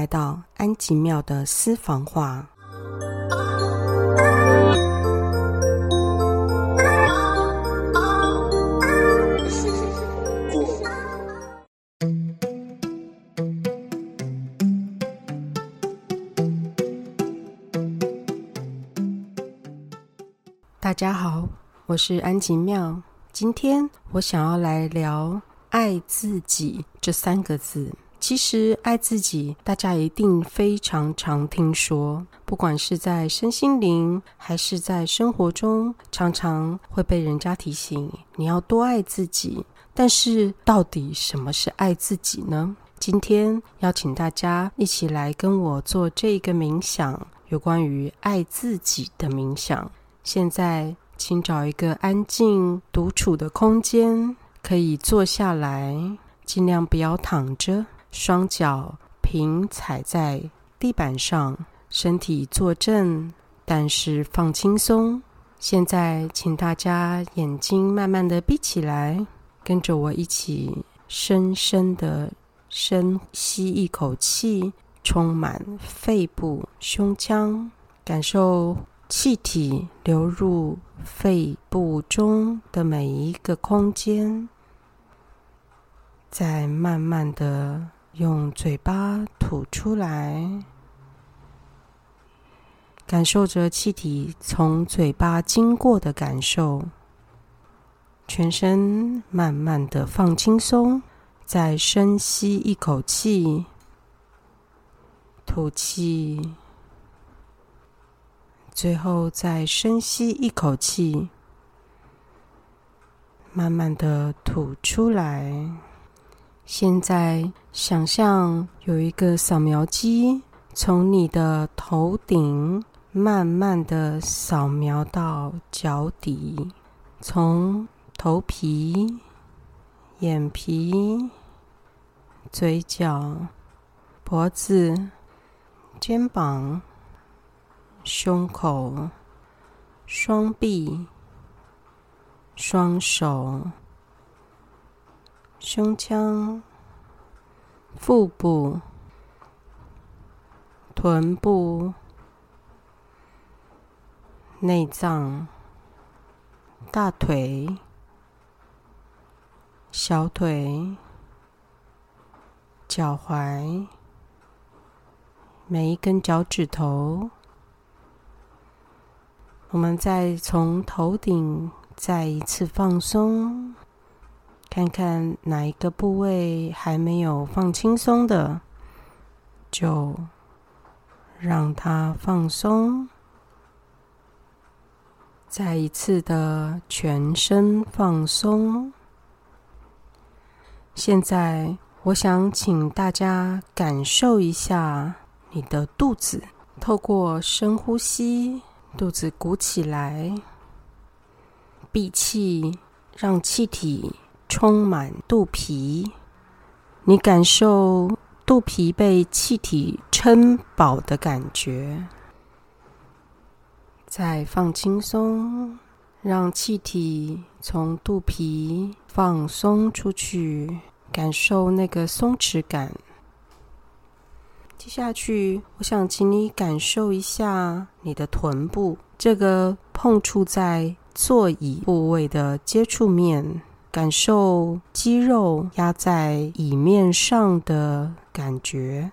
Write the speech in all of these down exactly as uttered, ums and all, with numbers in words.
来到安吉庙的私房话。大家好，我是安吉庙。今天我想要来聊爱自己这三个字。其实爱自己大家一定非常常听说，不管是在身心灵还是在生活中，常常会被人家提醒你要多爱自己。但是到底什么是爱自己呢？今天邀请大家一起来跟我做这个冥想，有关于爱自己的冥想。现在请找一个安静独处的空间，可以坐下来，尽量不要躺着，双脚平踩在地板上，身体坐正，但是放轻松。现在请大家眼睛慢慢的闭起来，跟着我一起深深的深吸一口气，充满肺部、胸腔，感受气体流入肺部中的每一个空间，再慢慢的用嘴巴吐出来，感受着气体从嘴巴经过的感受，全身慢慢的放轻松，再深吸一口气，吐气，最后再深吸一口气，慢慢的吐出来。现在想象有一个扫描机从你的头顶慢慢的扫描到脚底，从头皮、眼皮、嘴角、脖子、肩膀、胸口、双臂、双手、胸腔、腹部、臀部、内脏、大腿、小腿、脚踝、每一根脚趾头。我们再从头顶再一次放松，看看哪一个部位还没有放轻松的，就让它放松。再一次的全身放松。现在我想请大家感受一下你的肚子，透过深呼吸，肚子鼓起来，闭气，让气体充满肚皮。你感受肚皮被气体撑饱的感觉。再放轻松，让气体从肚皮放松出去，感受那个松弛感。接下去我想请你感受一下你的臀部，这个碰触在座椅部位的接触面，感受肌肉压在椅面上的感觉。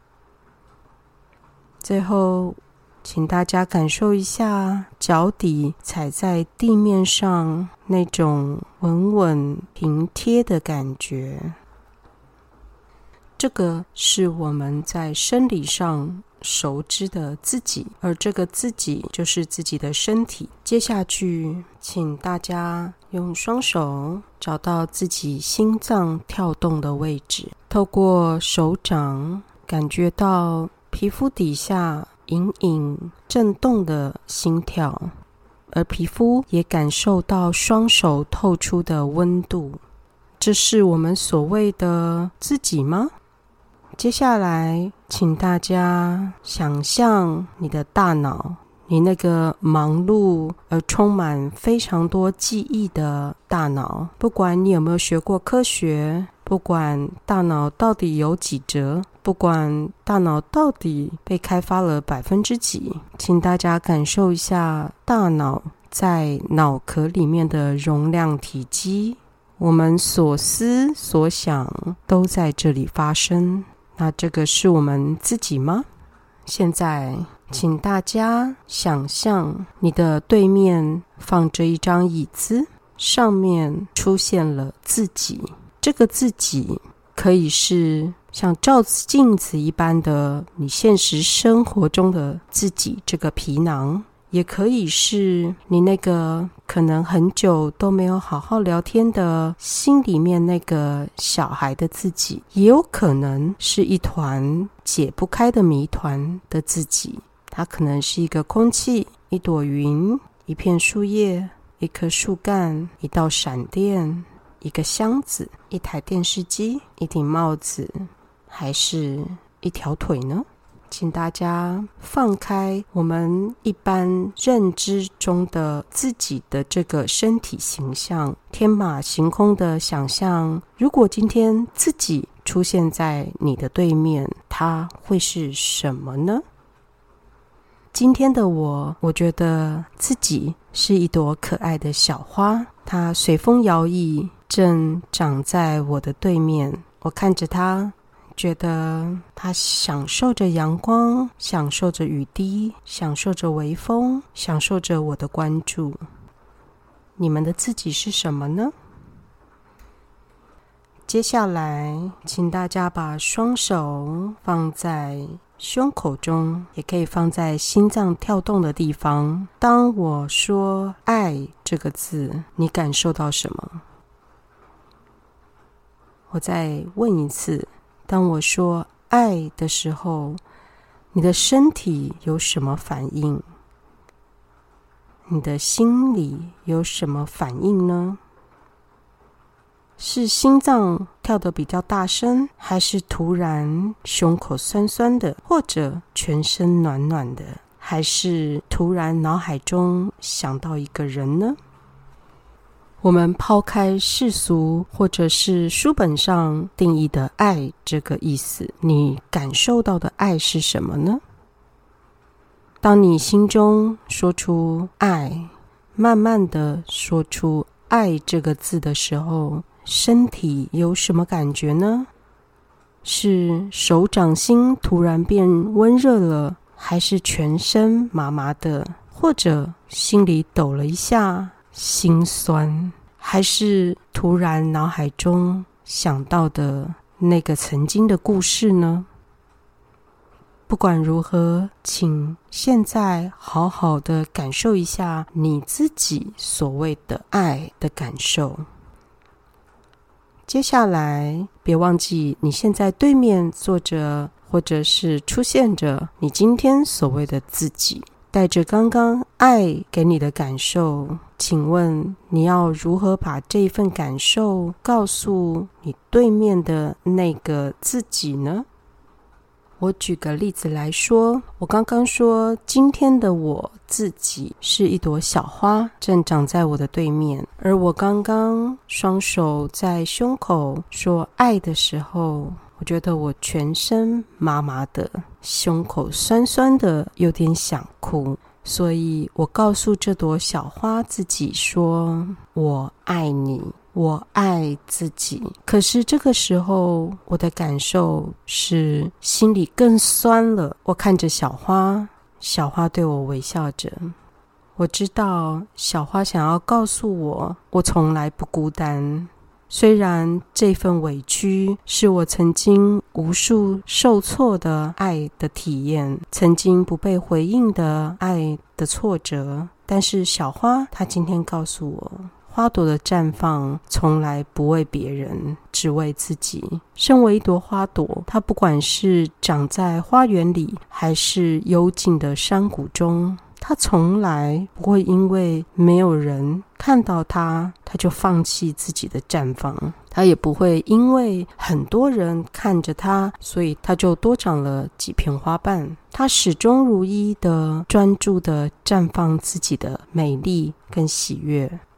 最后请大家感受一下脚底踩在地面上那种稳稳平贴的感觉。这个是我们在生理上熟知的自己，而这个自己就是自己的身体。接下去请大家用双手找到自己心脏跳动的位置，透过手掌感觉到皮肤底下隐隐震动的心跳，而皮肤也感受到双手透出的温度。这是我们所谓的自己吗？接下来请大家想象你的大脑，你那个忙碌而充满非常多记忆的大脑，不管你有没有学过科学，不管大脑到底有几折， 不管大脑到底被开发了百分之几，请大家感受一下大脑在脑壳里面的容量体积，我们所思所想都在这里发生。那这个是我们自己吗？现在请大家想象你的对面放着一张椅子，上面出现了自己。这个自己可以是像照镜子一般的你现实生活中的自己这个皮囊，也可以是你那个可能很久都没有好好聊天的心里面那个小孩的自己，也有可能是一团解不开的谜团的自己。它可能是一个空气，一朵云，一片树叶，一棵树干，一道闪电，一个箱子，一台电视机，一顶帽子，还是一条腿呢？请大家放开我们一般认知中的自己的这个身体形象，天马行空的想象，如果今天自己出现在你的对面，它会是什么呢？今天的我，我觉得自己是一朵可爱的小花，它随风摇曳，正长在我的对面。我看着它，觉得它享受着阳光，享受着雨滴，享受着微风，享受着我的关注。你们的自己是什么呢？接下来，请大家把双手放在胸口中，也可以放在心脏跳动的地方。当我说爱这个字，你感受到什么？我再问一次，当我说爱的时候，你的身体有什么反应？你的心里有什么反应呢？是心脏跳得比较大声，还是突然胸口酸酸的，或者全身暖暖的，还是突然脑海中想到一个人呢？我们抛开世俗或者是书本上定义的爱这个意思，你感受到的爱是什么呢？当你心中说出爱，慢慢的说出爱这个字的时候，身体有什么感觉呢？是手掌心突然变温热了，还是全身麻麻的，或者心里抖了一下，心酸，还是突然脑海中想到的那个曾经的故事呢？不管如何，请现在好好的感受一下你自己所谓的爱的感受。接下来，别忘记你现在对面坐着，或者是出现着你今天所谓的自己，带着刚刚爱给你的感受，请问你要如何把这份感受告诉你对面的那个自己呢？我举个例子来说，我刚刚说今天的我自己是一朵小花，正长在我的对面，而我刚刚双手在胸口说爱的时候，我觉得我全身麻麻的，胸口酸酸的，有点想哭，所以我告诉这朵小花自己说，我爱你，我爱自己。可是这个时候我的感受是心里更酸了。我看着小花，小花对我微笑着，我知道小花想要告诉我，我从来不孤单。虽然这份委屈是我曾经无数受挫的爱的体验，曾经不被回应的爱的挫折，但是小花她今天告诉我，花朵的绽放从来不为别人，只为自己。身为一朵花朵，它不管是长在花园里，还是幽静的山谷中，它从来不会因为没有人看到它，它就放弃自己的绽放。它也不会因为很多人看着它，所以它就多长了几片花瓣。它始终如一的专注的绽放自己的美丽跟喜悦。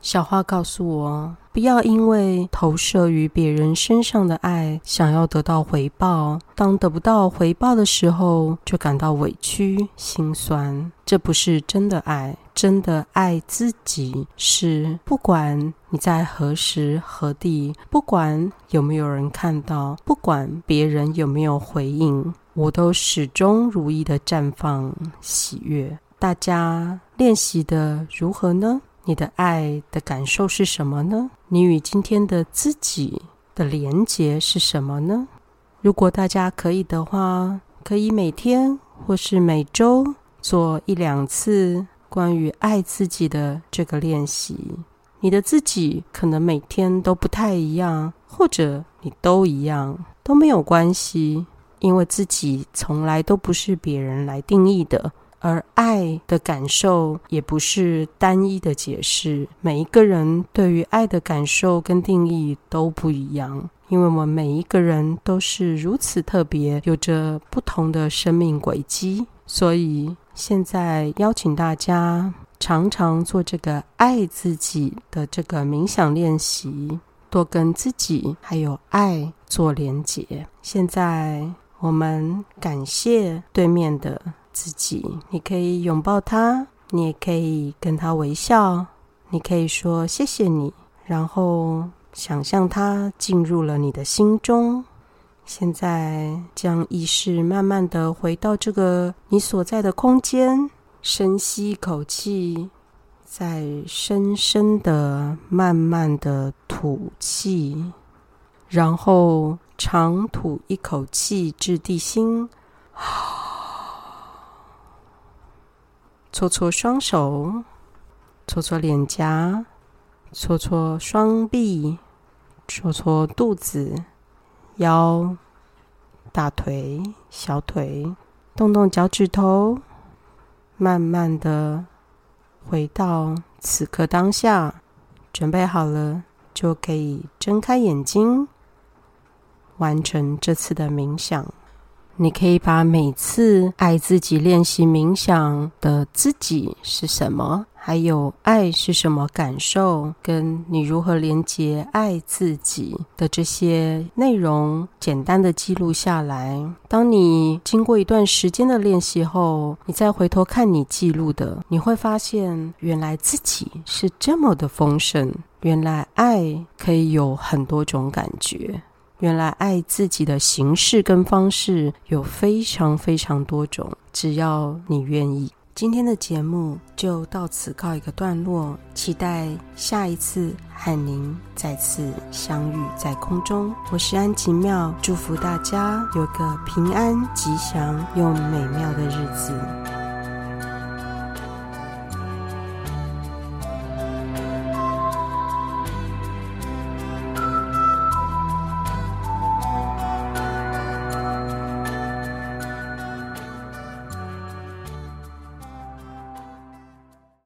小花告诉我，不要因为投射于别人身上的爱，想要得到回报，当得不到回报的时候，就感到委屈、心酸。这不是真的爱。真的爱自己是，不管你在何时何地，不管有没有人看到，不管别人有没有回应，我都始终如一的绽放喜悦。大家练习的如何呢？你的爱的感受是什么呢？你与今天的自己的连结是什么呢？如果大家可以的话，可以每天或是每周做一两次关于爱自己的这个练习。你的自己可能每天都不太一样，或者你都一样，都没有关系，因为自己从来都不是别人来定义的。而爱的感受也不是单一的解释，每一个人对于爱的感受跟定义都不一样，因为我们每一个人都是如此特别，有着不同的生命轨迹。所以现在邀请大家常常做这个爱自己的这个冥想练习，多跟自己还有爱做连结。现在我们感谢对面的自己，你可以拥抱他，你也可以跟他微笑，你可以说谢谢你，然后想象他进入了你的心中。现在将意识慢慢的回到这个你所在的空间，深吸一口气，再深深的慢慢的吐气，然后长吐一口气至地心。搓搓双手，搓搓脸颊，搓搓双臂，搓搓肚子、腰、大腿、小腿，动动脚趾头，慢慢的回到此刻当下。准备好了，就可以睁开眼睛，完成这次的冥想。你可以把每次爱自己练习冥想的自己是什么，还有爱是什么感受，跟你如何连接爱自己的这些内容简单的记录下来。当你经过一段时间的练习后，你再回头看你记录的，你会发现原来自己是这么的丰盛，原来爱可以有很多种感觉，原来爱自己的形式跟方式有非常非常多种，只要你愿意。今天的节目就到此告一个段落，期待下一次和您再次相遇在空中。我是安吉妙，祝福大家有个平安吉祥又美妙的日子。